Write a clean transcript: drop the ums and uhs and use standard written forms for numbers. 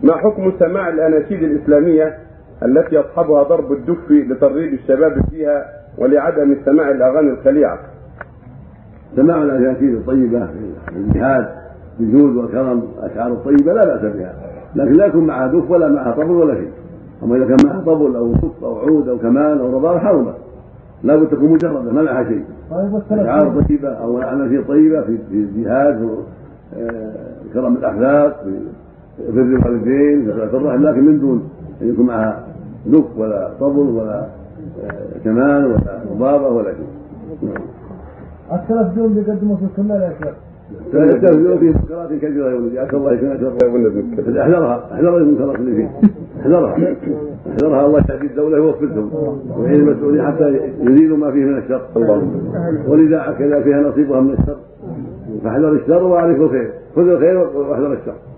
ما حكم سماع الأناشيد الإسلامية التي يصحبها ضرب الدف لترغيب الشباب فيها ولعدم سماع الأغاني الخليعة؟ سماع الأناشيد الطيبة في الجهاد بالجود والكرم الأشعار الطيبة لا بأس بها، لكن لا يكون معها دف ولا معها طبل ولا شيء. أما إذا كان معها طبل أو دف أو عود أو كمان أو رباب حرمة، لا بد تكون مجردة ما معها شيء. أشعار طيبة أو أناشيد طيبة في الجهاد، كرم الأخلاق، في بر الوالدين، في صلة الرحم، لكن من دون أن يكون معها دف ولا طبل ولا كمان ولا ربابة ولا شيء. التلفزيون بيقدموا في الكمال يا شيخ. التلفزيون فيه منكرات كثيرة يا ولدي، عسى الله يكون أشر. احذرها المنكرات اللي فيه، احذرها الله يهدي الدولة ويوفقهم ويعين المسؤولين حتى يزيلوا ما فيه من الشر. ولذا كذا فيها نصيبها من الشر، فاحذر الشر واعرف الخير، خذ الخير واحذر الشر.